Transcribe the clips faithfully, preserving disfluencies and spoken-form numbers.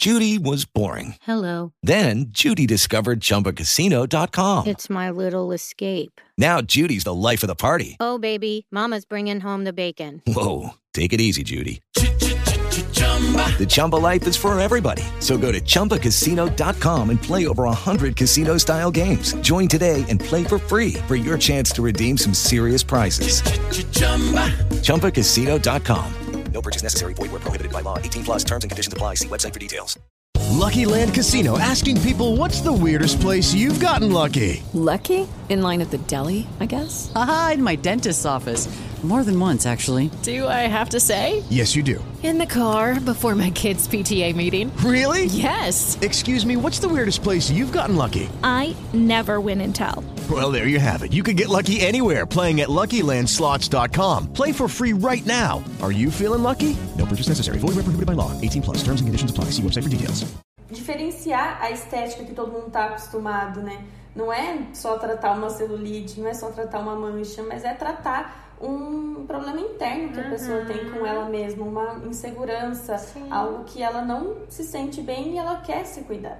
Judy was boring. Hello. Then Judy discovered Chumba Casino dot com. It's my little escape. Now Judy's the life of the party. Oh, baby, mama's bringing home the bacon. Whoa, take it easy, Judy. The Chumba life is for everybody. So go to Chumba Casino dot com and play over one hundred casino-style games. Join today and play for free for your chance to redeem some serious prizes. Chumba Casino dot com. No purchase necessary. Void where prohibited by law. eighteen plus terms and conditions apply. See website for details. Lucky Land Casino, asking people, what's the weirdest place you've gotten lucky? Lucky? In line at the deli, I guess? Aha, in my dentist's office. More than once, actually. Do I have to say? Yes, you do. In the car before my kids' P T A meeting. Really? Yes. Excuse me, what's the weirdest place you've gotten lucky? I never win and tell. Well, there you have it. You can get lucky anywhere, playing at Lucky Land Slots dot com. Play for free right now. Are you feeling lucky? No purchase necessary. Void where prohibited by law. eighteen plus. Terms and conditions apply. See website for details. Diferenciar a estética que todo mundo está acostumado, né? Não é só tratar uma celulite, não é só tratar uma mancha, mas é tratar um problema interno que a pessoa uhum. tem com ela mesma, uma insegurança, Sim. algo que ela não se sente bem e ela quer se cuidar.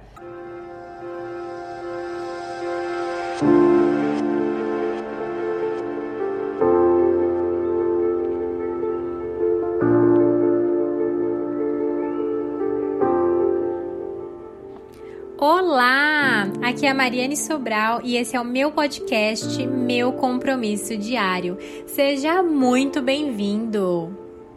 Olá! Aqui é a Mariane Sobral e esse é o meu podcast, Meu Compromisso Diário. Seja muito bem-vindo!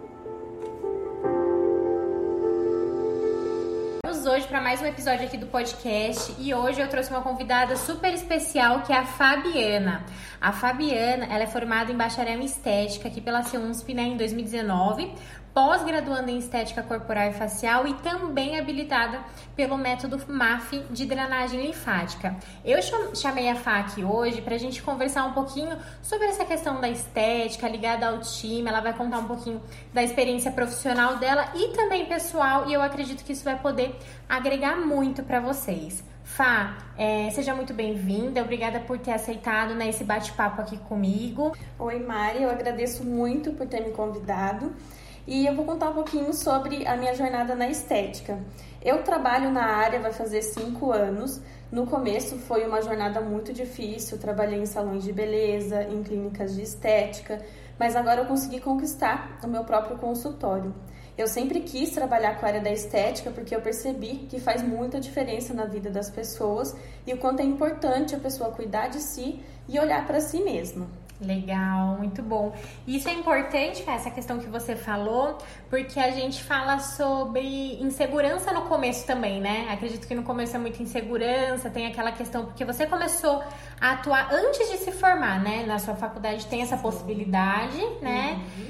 Vamos hoje para mais um episódio aqui do podcast e hoje eu trouxe uma convidada super especial que é a Fabiana. A Fabiana, ela é formada em bacharel em estética aqui pela CEUNSP, né, em dois mil e dezenove, pós-graduando em estética corporal e facial e também habilitada pelo método M A F de drenagem linfática. Eu chamei a Fá aqui hoje para a gente conversar um pouquinho sobre essa questão da estética ligada à autoestima. Ela vai contar um pouquinho da experiência profissional dela e também pessoal, e eu acredito que isso vai poder agregar muito para vocês. Fá, é, seja muito bem-vinda, obrigada por ter aceitado, né, esse bate-papo aqui comigo. Oi, Mari, eu agradeço muito por ter me convidado. E eu vou contar um pouquinho sobre a minha jornada na estética. Eu trabalho na área, vai fazer cinco anos. No começo foi uma jornada muito difícil, trabalhei em salões de beleza, em clínicas de estética, mas agora eu consegui conquistar o meu próprio consultório. Eu sempre quis trabalhar com a área da estética porque eu percebi que faz muita diferença na vida das pessoas e o quanto é importante a pessoa cuidar de si e olhar para si mesma. Legal, muito bom. Isso é importante, essa questão que você falou, porque a gente fala sobre insegurança no começo também, né? Acredito que no começo é muita insegurança, tem aquela questão, porque você começou a atuar antes de se formar, né? Na sua faculdade tem essa possibilidade, né? Uhum.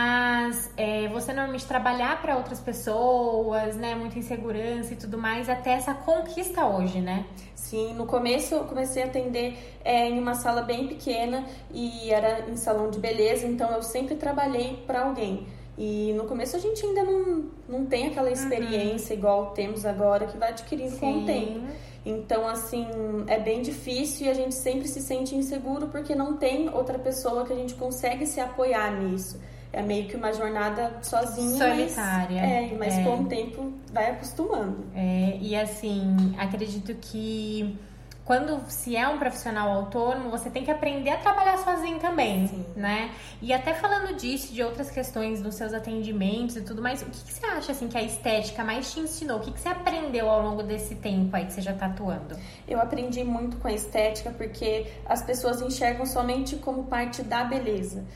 Mas é, você normalmente trabalhar para outras pessoas, né? Muita insegurança e tudo mais, até essa conquista hoje, né? Sim, no começo eu comecei a atender é, em uma sala bem pequena e era em salão de beleza, então eu sempre trabalhei para alguém. E no começo a gente ainda não, não tem aquela experiência uhum. igual temos agora, que vai adquirindo Sim. com o tempo. Então, assim, é bem difícil e a gente sempre se sente inseguro porque não tem outra pessoa que a gente consegue se apoiar nisso. É meio que uma jornada sozinha, solitária. Mas, é, mas é. com o tempo vai acostumando. É, e assim, acredito que quando se é um profissional autônomo, você tem que aprender a trabalhar sozinho também, Sim. né? E até falando disso, de outras questões dos seus atendimentos e tudo mais, o que, que você acha assim que a estética mais te ensinou? O que, que você aprendeu ao longo desse tempo aí que você já tá atuando? Eu aprendi muito com a estética porque as pessoas enxergam somente como parte da beleza.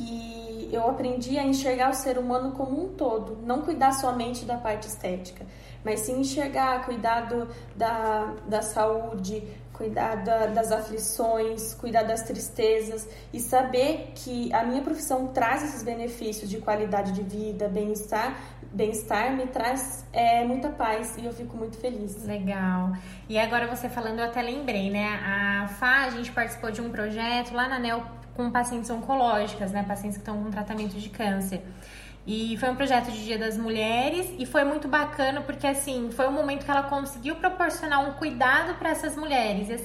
E eu aprendi a enxergar o ser humano como um todo, não cuidar somente da parte estética, mas sim enxergar, cuidar do, da, da saúde, cuidar da, das aflições, cuidar das tristezas e saber que a minha profissão traz esses benefícios de qualidade de vida, bem-estar, bem-estar me traz é, muita paz e eu fico muito feliz. Legal. E agora você falando, eu até lembrei, né? A Fá, a gente participou de um projeto lá na Neo com pacientes oncológicas, né? Pacientes que estão com tratamento de câncer. E foi um projeto de Dia das Mulheres e foi muito bacana porque, assim, foi um momento que ela conseguiu proporcionar um cuidado para essas mulheres. E, assim,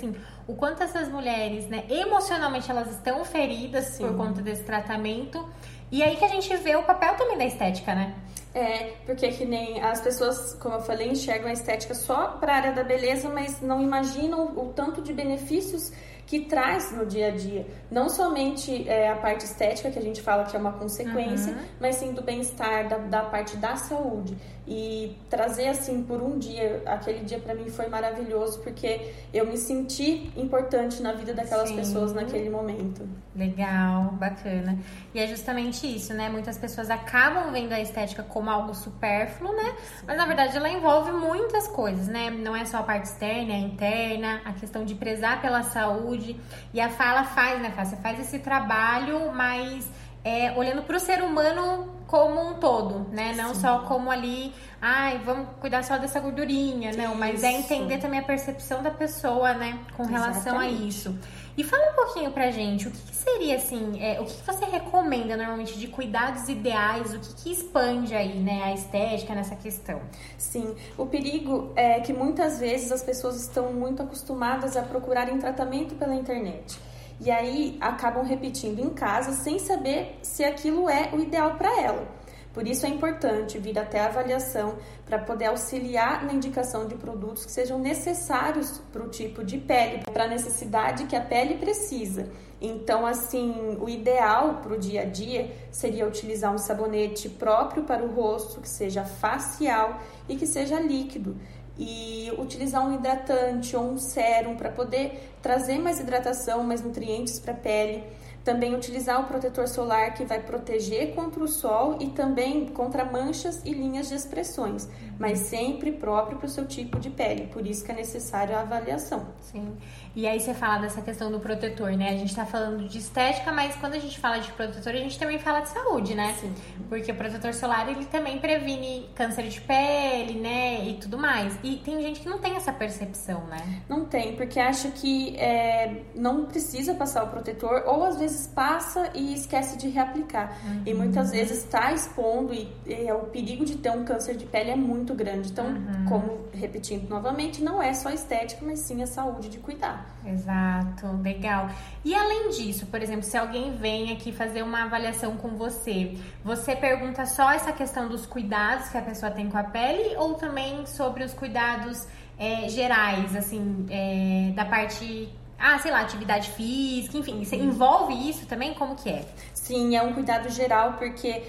o quanto essas mulheres, né, emocionalmente elas estão feridas Sim. por conta desse tratamento. E aí que a gente vê o papel também da estética, né? É, porque que nem as pessoas, como eu falei, enxergam a estética só para a área da beleza, mas não imaginam o tanto de benefícios que traz no dia a dia. Não somente é, a parte estética, que a gente fala que é uma consequência, uhum. mas sim do bem-estar, da, da parte da saúde. E trazer assim por um dia, aquele dia para mim foi maravilhoso, porque eu me senti importante na vida daquelas sim. pessoas naquele momento. Legal, bacana. E é justamente isso, né? Muitas pessoas acabam vendo a estética como algo supérfluo, né? Mas na verdade ela envolve muitas coisas, né? Não é só a parte externa, é a interna, a questão de prezar pela saúde. E a Fala faz, né, Fá? Você faz esse trabalho, mas é, olhando para o ser humano como um todo, né? Não Sim. só como ali, ai, vamos cuidar só dessa gordurinha, não, mas isso. é entender também a percepção da pessoa, né, com relação Exatamente. a isso. E fala um pouquinho pra gente, o que, que seria, assim, é, o que, que você recomenda normalmente de cuidados ideais, o que, que expande aí, né, a estética nessa questão? Sim, o perigo é que muitas vezes as pessoas estão muito acostumadas a procurarem tratamento pela internet. E aí acabam repetindo em casa sem saber se aquilo é o ideal para ela. Por isso é importante vir até a avaliação para poder auxiliar na indicação de produtos que sejam necessários para o tipo de pele, para a necessidade que a pele precisa. Então, assim, o ideal para o dia a dia seria utilizar um sabonete próprio para o rosto, que seja facial e que seja líquido. E utilizar um hidratante ou um sérum para poder trazer mais hidratação, mais nutrientes para a pele. Também utilizar o protetor solar que vai proteger contra o sol e também contra manchas e linhas de expressões, mas sempre próprio para o seu tipo de pele, por isso que é necessário a avaliação. Sim, e aí você fala dessa questão do protetor, né? A gente tá falando de estética, mas quando a gente fala de protetor, a gente também fala de saúde, né? Sim. Porque o protetor solar, ele também previne câncer de pele, né? E tudo mais. E tem gente que não tem essa percepção, né? Não tem, porque acha que é, não precisa passar o protetor, ou às vezes passa e esquece de reaplicar. Uhum. E muitas vezes está expondo e, e o perigo de ter um câncer de pele é muito grande. Então, uhum. como repetindo novamente, não é só estética, mas sim a saúde de cuidar. Exato, legal. E além disso, por exemplo, se alguém vem aqui fazer uma avaliação com você, você pergunta só essa questão dos cuidados que a pessoa tem com a pele ou também sobre os cuidados é, gerais, assim, é, da parte... Ah, sei lá, atividade física, enfim, você envolve isso também? Como que é? Sim, é um cuidado geral, porque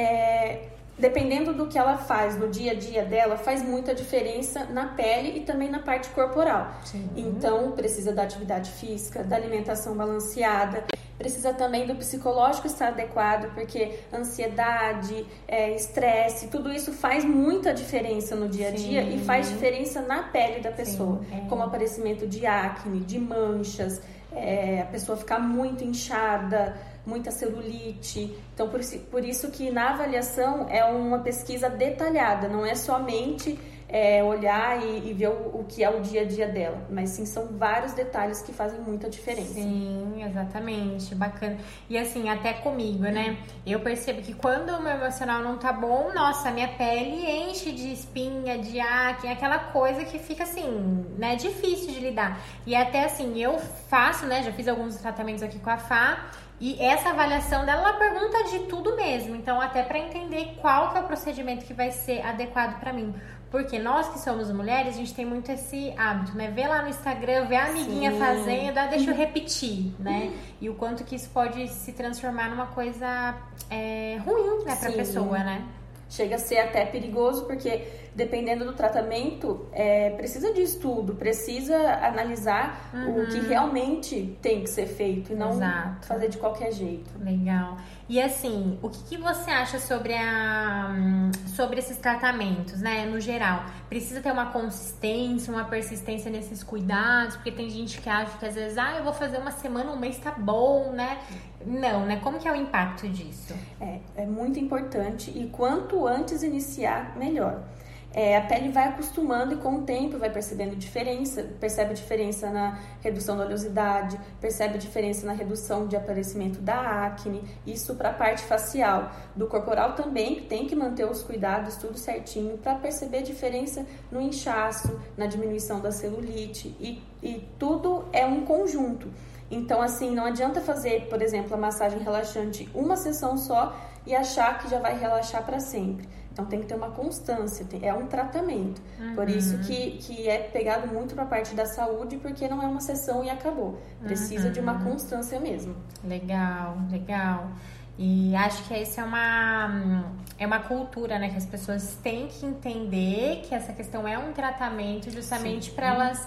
é, dependendo do que ela faz no dia a dia dela, faz muita diferença na pele e também na parte corporal. Sim. Então, precisa da atividade física, da alimentação balanceada, precisa também do psicológico estar adequado, porque ansiedade, é, estresse, tudo isso faz muita diferença no dia a dia Sim. e faz diferença na pele da pessoa, Sim, é. como aparecimento de acne, de manchas, é, a pessoa ficar muito inchada, muita celulite. Então, por isso, por isso que na avaliação é uma pesquisa detalhada, não é somente é, olhar e, e ver o, o que é o dia a dia dela, mas sim são vários detalhes que fazem muita diferença. Sim, exatamente, bacana. E assim, até comigo, né? Eu percebo que quando o meu emocional não tá bom, nossa, a minha pele enche de espinha, de acne, aquela coisa que fica assim, né, difícil de lidar. E até assim, eu faço, né, já fiz alguns tratamentos aqui com a Fá, e essa avaliação dela, ela pergunta de tudo mesmo. Então, até para entender qual que é o procedimento que vai ser adequado para mim. Porque nós que somos mulheres, a gente tem muito esse hábito, né? Ver lá no Instagram, ver a amiguinha Sim. fazendo, ah, deixa eu repetir, né? E o quanto que isso pode se transformar numa coisa é, ruim, né, pra Sim. pessoa, né? Chega a ser até perigoso, porque dependendo do tratamento, é, precisa de estudo, precisa analisar uhum. o que realmente tem que ser feito e não Exato. fazer de qualquer jeito. Legal. E assim, o que, que você acha sobre, a, sobre esses tratamentos, né, no geral? Precisa ter uma consistência, uma persistência nesses cuidados? Porque tem gente que acha que às vezes, ah, eu vou fazer uma semana, um mês tá bom, né? Não, né? Como que é o impacto disso? É, é muito importante e quanto antes iniciar, melhor. É, a pele vai acostumando e com o tempo vai percebendo diferença, percebe a diferença na redução da oleosidade, percebe a diferença na redução de aparecimento da acne, isso para a parte facial. Do corporal também tem que manter os cuidados tudo certinho para perceber a diferença no inchaço, na diminuição da celulite e, e tudo é um conjunto. Então, assim, não adianta fazer, por exemplo, a massagem relaxante uma sessão só e achar que já vai relaxar para sempre. Então, tem que ter uma constância, é um tratamento. Uhum. Por isso que, que é pegado muito para a parte da saúde, porque não é uma sessão e acabou. Precisa uhum. de uma constância mesmo. Legal, legal. E acho que essa é uma, é uma cultura, né? Que as pessoas têm que entender que essa questão é um tratamento justamente para elas...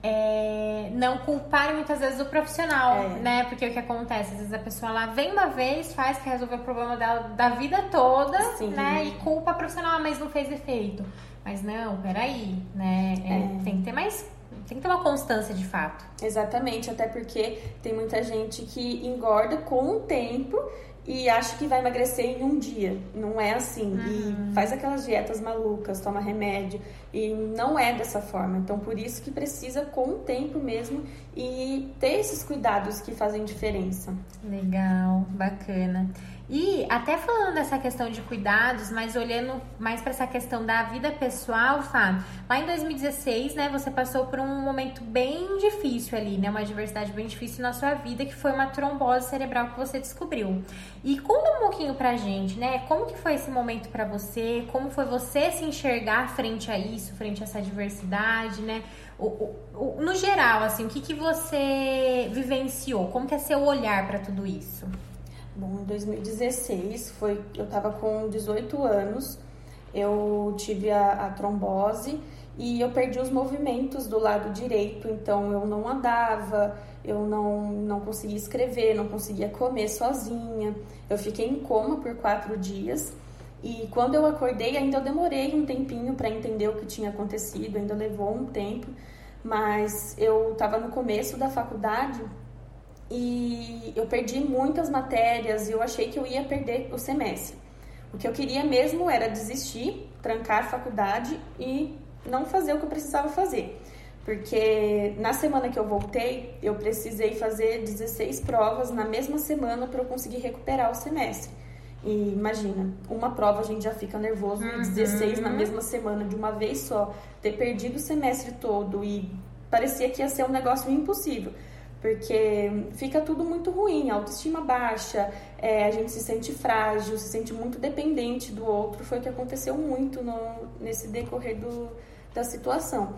É, não culparem muitas vezes o profissional, é. né? Porque o que acontece? Às vezes a pessoa lá vem uma vez, faz, quer resolver o problema dela da vida toda, Sim. né? E culpa a profissional, ah, mas não fez efeito. Mas não, peraí, né? É, é. Tem que ter mais... Tem que ter uma constância de fato. Exatamente, até porque tem muita gente que engorda com o tempo e acha que vai emagrecer em um dia. Não é assim. Uhum. E faz aquelas dietas malucas, toma remédio. E não é dessa forma. Então, por isso que precisa com o tempo mesmo e ter esses cuidados que fazem diferença. Legal, bacana. E até falando dessa questão de cuidados, mas olhando mais para essa questão da vida pessoal, Fábio, lá em dois mil e dezesseis, né, você passou por um momento bem difícil ali, né, uma adversidade bem difícil na sua vida, que foi uma trombose cerebral que você descobriu. E conta um pouquinho pra gente, né, como que foi esse momento para você, como foi você se enxergar frente a isso, frente a essa adversidade, né, o, o, o, no geral, assim, o que que você vivenciou, como que é seu olhar para tudo isso? Bom, em dois mil e dezesseis, foi, eu estava com dezoito anos, eu tive a, a trombose e eu perdi os movimentos do lado direito, então eu não andava, eu não, não conseguia escrever, não conseguia comer sozinha, eu fiquei em coma por quatro dias e quando eu acordei ainda eu demorei um tempinho para entender o que tinha acontecido, ainda levou um tempo, mas eu estava no começo da faculdade e eu perdi muitas matérias e eu achei que eu ia perder o semestre. O que eu queria mesmo era desistir, trancar a faculdade e não fazer o que eu precisava fazer. Porque na semana que eu voltei, eu precisei fazer dezesseis provas na mesma semana para eu conseguir recuperar o semestre. E imagina, uma prova a gente já fica nervoso, uhum. dezesseis na mesma semana de uma vez só, ter perdido o semestre todo e parecia que ia ser um negócio impossível. Porque fica tudo muito ruim, a autoestima baixa, é, a gente se sente frágil, se sente muito dependente do outro. Foi o que aconteceu muito no, nesse decorrer do, da situação.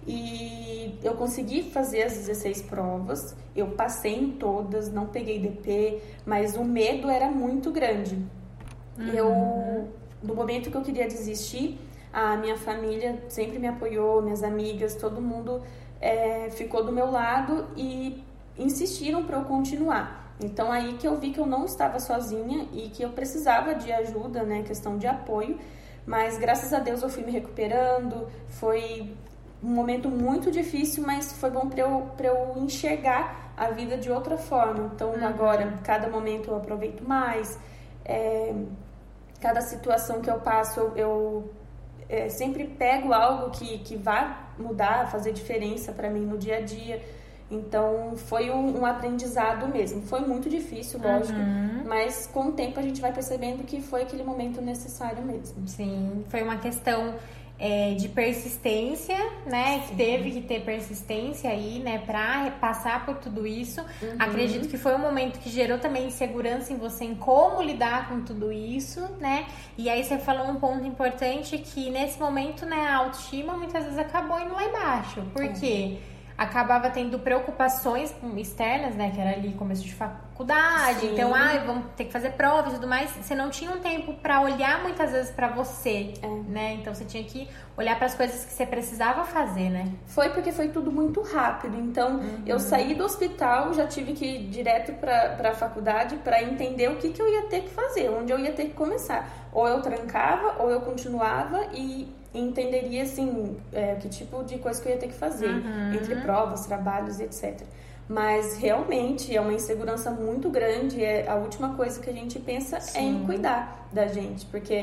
E eu consegui fazer as dezesseis provas, eu passei em todas, não peguei D P, mas o medo era muito grande. Uhum. Eu, no momento que eu queria desistir, a minha família sempre me apoiou, minhas amigas, todo mundo é, ficou do meu lado e insistiram para eu continuar. Então aí que eu vi que eu não estava sozinha e que eu precisava de ajuda, né, questão de apoio, mas graças a Deus eu fui me recuperando, foi um momento muito difícil, mas foi bom para eu, para eu enxergar a vida de outra forma. Então uhum. agora, cada momento eu aproveito mais, é, cada situação que eu passo eu, eu é, sempre pego algo que, que vai mudar, fazer diferença para mim no dia a dia. Então, foi um, um aprendizado mesmo. Foi muito difícil, lógico, uhum. mas com o tempo a gente vai percebendo que foi aquele momento necessário mesmo. Sim, foi uma questão é, de persistência, né? Sim. Teve que ter persistência aí, né? Pra passar por tudo isso. Uhum. Acredito que foi um momento que gerou também insegurança em você, em como lidar com tudo isso, né? E aí você falou um ponto importante que nesse momento, né? A autoestima muitas vezes acabou indo lá embaixo. Por quê? É. Acabava tendo preocupações externas, né, que era ali começo de faculdade, Sim. então, ah, vamos ter que fazer provas e tudo mais, você não tinha um tempo pra olhar muitas vezes pra você, é. né, então você tinha que olhar pras coisas que você precisava fazer, né. Foi porque foi tudo muito rápido, então uhum. eu saí do hospital, já tive que ir direto pra, pra faculdade pra entender o que que eu ia ter que fazer, onde eu ia ter que começar, ou eu trancava, ou eu continuava e entenderia, assim, é, que tipo de coisa que eu ia ter que fazer, uhum. entre provas, trabalhos, etcétera. Mas, realmente, é uma insegurança muito grande, é a última coisa que a gente pensa Sim. é em cuidar da gente, porque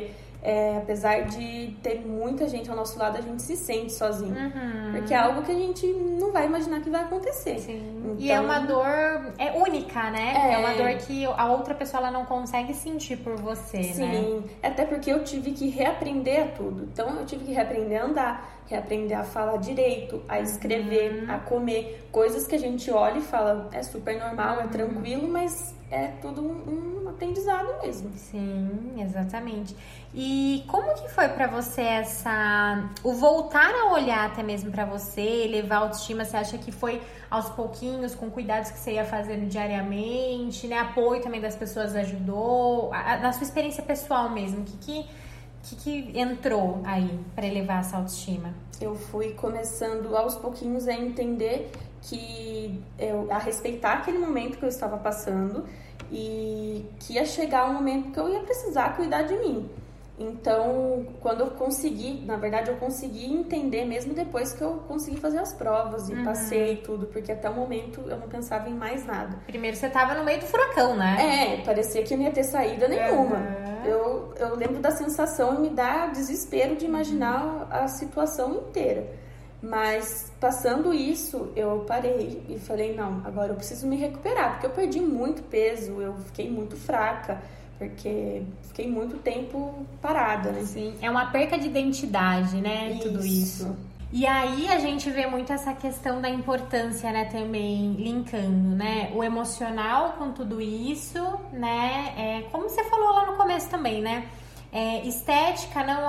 É, apesar de ter muita gente ao nosso lado, a gente se sente sozinho. Uhum. Porque é algo que a gente não vai imaginar que vai acontecer. Sim. Então, e é uma dor é única, né? É... é uma dor que a outra pessoa ela não consegue sentir por você, Sim. né? Sim, até porque eu tive que reaprender tudo. Então, eu tive que reaprender a andar, reaprender a falar direito, a escrever, uhum. a comer. Coisas que a gente olha e fala, é super normal, uhum. é tranquilo, mas é tudo um, um aprendizado mesmo. Sim, exatamente. E como que foi pra você essa... o voltar a olhar até mesmo pra você, elevar a autoestima? Você acha que foi aos pouquinhos, com cuidados que você ia fazendo diariamente, né? Apoio também das pessoas ajudou? A, na sua experiência pessoal mesmo, o que que, que que entrou aí pra elevar essa autoestima? Eu fui começando aos pouquinhos a entender que eu, a respeitar aquele momento que eu estava passando e que ia chegar um momento que eu ia precisar cuidar de mim. Então, quando eu consegui, na verdade eu consegui entender mesmo depois que eu consegui fazer as provas e uhum. passei tudo, porque até o momento eu não pensava em mais nada. Primeiro você tava no meio do furacão, né? É, parecia que não ia ter saída nenhuma. Uhum. Eu, eu lembro da sensação e me dá desespero de imaginar uhum. a situação inteira. Mas passando isso, eu parei e falei, não, agora eu preciso me recuperar, porque eu perdi muito peso, eu fiquei muito fraca, porque fiquei muito tempo parada, né? Sim, é uma perca de identidade, né? Isso. Tudo isso. E aí a gente vê muito essa questão da importância, né, também linkando, né, o emocional com tudo isso, né, é, como você falou lá no começo também, né, é, estética não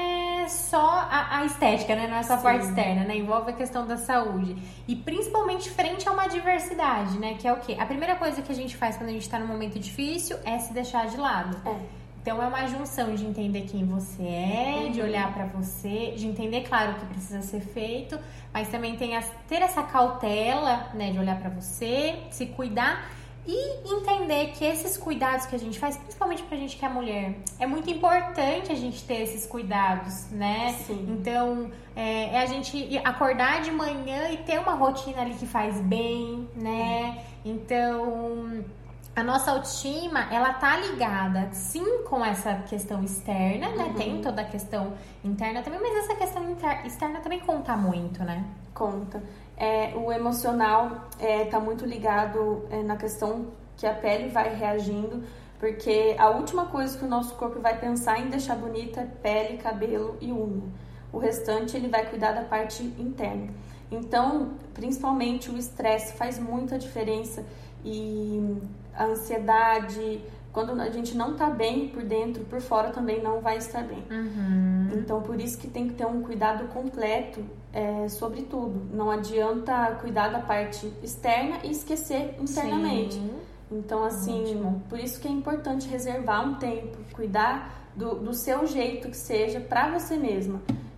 é só a, a estética, né, não é só a Sim. parte externa, né, envolve a questão da saúde e principalmente frente a uma diversidade, né, que é o quê? A primeira coisa que a gente faz quando a gente tá num momento difícil é se deixar de lado. É. Então, é uma junção de entender quem você é, uhum. de olhar pra você, de entender, claro, o que precisa ser feito, mas também tem as, ter essa cautela, né, de olhar pra você, se cuidar e entender que esses cuidados que a gente faz, principalmente pra gente que é mulher, é muito importante a gente ter esses cuidados, né? Sim. Então, é, é a gente acordar de manhã e ter uma rotina ali que faz bem, né? Então... A nossa autoestima, ela tá ligada, sim, com essa questão externa, né? Uhum. Tem toda a questão interna também, mas essa questão inter... externa também conta muito, né? Conta. É, o emocional é, tá muito ligado é, na questão que a pele vai reagindo, porque a última coisa que o nosso corpo vai pensar em deixar bonita é pele, cabelo e unha. O restante, ele vai cuidar da parte interna. Então, principalmente o estresse faz muita diferença e... a ansiedade, quando a gente não tá bem por dentro, por fora também não vai estar bem. Uhum. Então, por isso que tem que ter um cuidado completo é, sobre tudo. Não adianta cuidar da parte externa e esquecer internamente. Sim. Então, assim, Ótimo. Por isso que é importante reservar um tempo, cuidar do, do seu jeito que seja pra você mesma.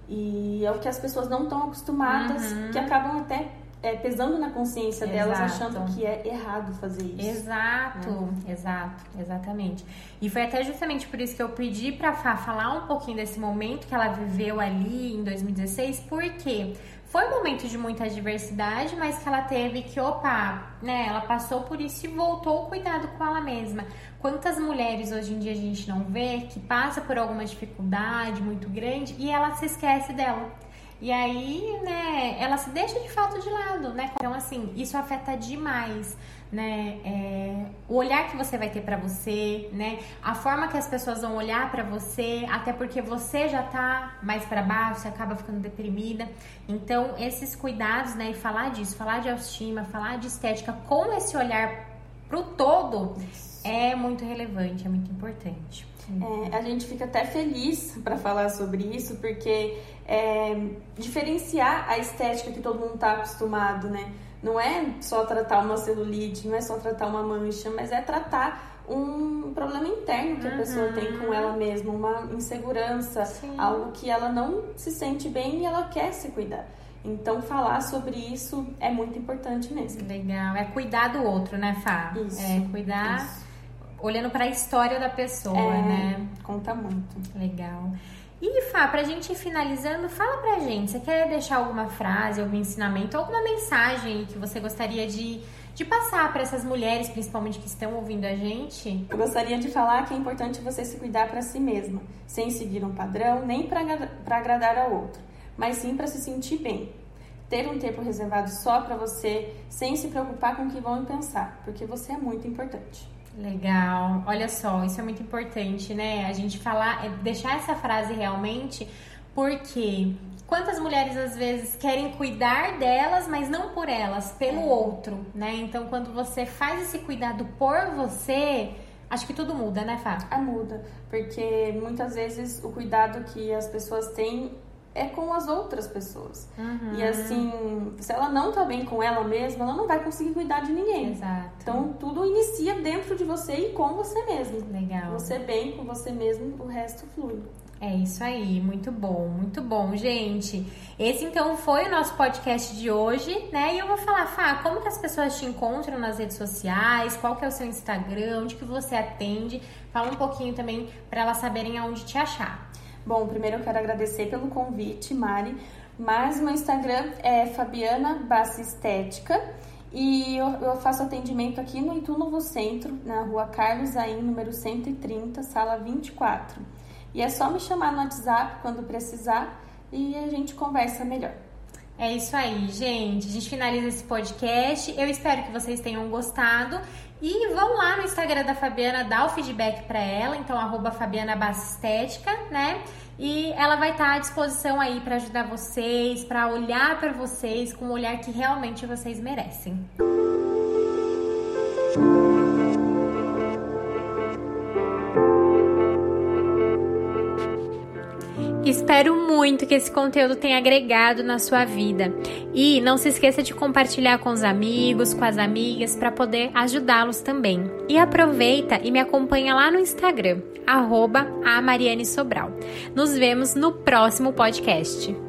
E é o que as pessoas não estão acostumadas, uhum. que acabam até... É, pesando na consciência Exato. delas, achando que é errado fazer isso. Exato, né? exato, exatamente. E foi até justamente por isso que eu pedi pra Fá falar um pouquinho desse momento que ela viveu ali em dois mil e dezesseis, porque foi um momento de muita diversidade, mas que ela teve que, opa, né, ela passou por isso e voltou o cuidado com ela mesma. Quantas mulheres hoje em dia a gente não vê que passa por alguma dificuldade muito grande e ela se esquece dela. E aí, né, ela se deixa de fato de lado, né? Então, assim, isso afeta demais, né? É, o olhar que você vai ter pra você, né? A forma que as pessoas vão olhar pra você, até porque você já tá mais pra baixo, você acaba ficando deprimida. Então, esses cuidados, né? E falar disso, falar de autoestima, falar de estética com esse olhar pro todo é muito relevante, é muito importante. É, a gente fica até feliz para falar sobre isso, porque é, diferenciar a estética que todo mundo está acostumado, né? Não é só tratar uma celulite, não é só tratar uma mancha, mas é tratar um problema interno que a uhum. pessoa tem com ela mesma, uma insegurança, Sim. algo que ela não se sente bem e ela quer se cuidar. Então, falar sobre isso é muito importante mesmo. Legal, é cuidar do outro, né, Fá? Isso. É cuidar... Isso. Olhando para a história da pessoa, é, né? Conta muito. Legal. E, Fá, pra gente ir finalizando, fala pra gente, você quer deixar alguma frase, algum ensinamento, alguma mensagem que você gostaria de, de passar para essas mulheres, principalmente que estão ouvindo a gente? Eu gostaria de falar que é importante você se cuidar para si mesma, sem seguir um padrão, nem para agradar ao outro, mas sim para se sentir bem. Ter um tempo reservado só para você, sem se preocupar com o que vão pensar, porque você é muito importante. Legal, olha só, isso é muito importante, né? A gente falar, deixar essa frase realmente, porque quantas mulheres às vezes querem cuidar delas, mas não por elas, pelo é. outro, né? Então, quando você faz esse cuidado por você, acho que tudo muda, né, Fá? Ah, muda, porque muitas vezes o cuidado que as pessoas têm é com as outras pessoas. Uhum. E assim, se ela não tá bem com ela mesma, ela não vai conseguir cuidar de ninguém. Exato. Então, tudo inicia dentro de você e com você mesmo. Legal. Você bem com você mesmo, o resto flui. É isso aí, muito bom, muito bom, gente. Esse então foi o nosso podcast de hoje, né? E eu vou falar, Fá, como que as pessoas te encontram nas redes sociais? Qual que é o seu Instagram? Onde que você atende? Fala um pouquinho também para elas saberem aonde te achar. Bom, primeiro eu quero agradecer pelo convite, Mari, mas meu Instagram é Fabiana Bassi Estética e eu, eu faço atendimento aqui no Itu Novo Centro, na rua Carlos Zain, número cento e trinta, sala vinte e quatro. E é só me chamar no WhatsApp quando precisar e a gente conversa melhor. É isso aí, gente. A gente finaliza esse podcast. Eu espero que vocês tenham gostado. E vão lá no Instagram da Fabiana, dar o feedback para ela. Então, arroba Fabiana Bassi Estética, né? E ela vai estar à disposição aí para ajudar vocês, para olhar para vocês com o olhar que realmente vocês merecem. Espero muito que esse conteúdo tenha agregado na sua vida. E não se esqueça de compartilhar com os amigos, com as amigas, para poder ajudá-los também. E aproveita e me acompanha lá no Instagram, arroba a Mariane Sobral. Nos vemos no próximo podcast.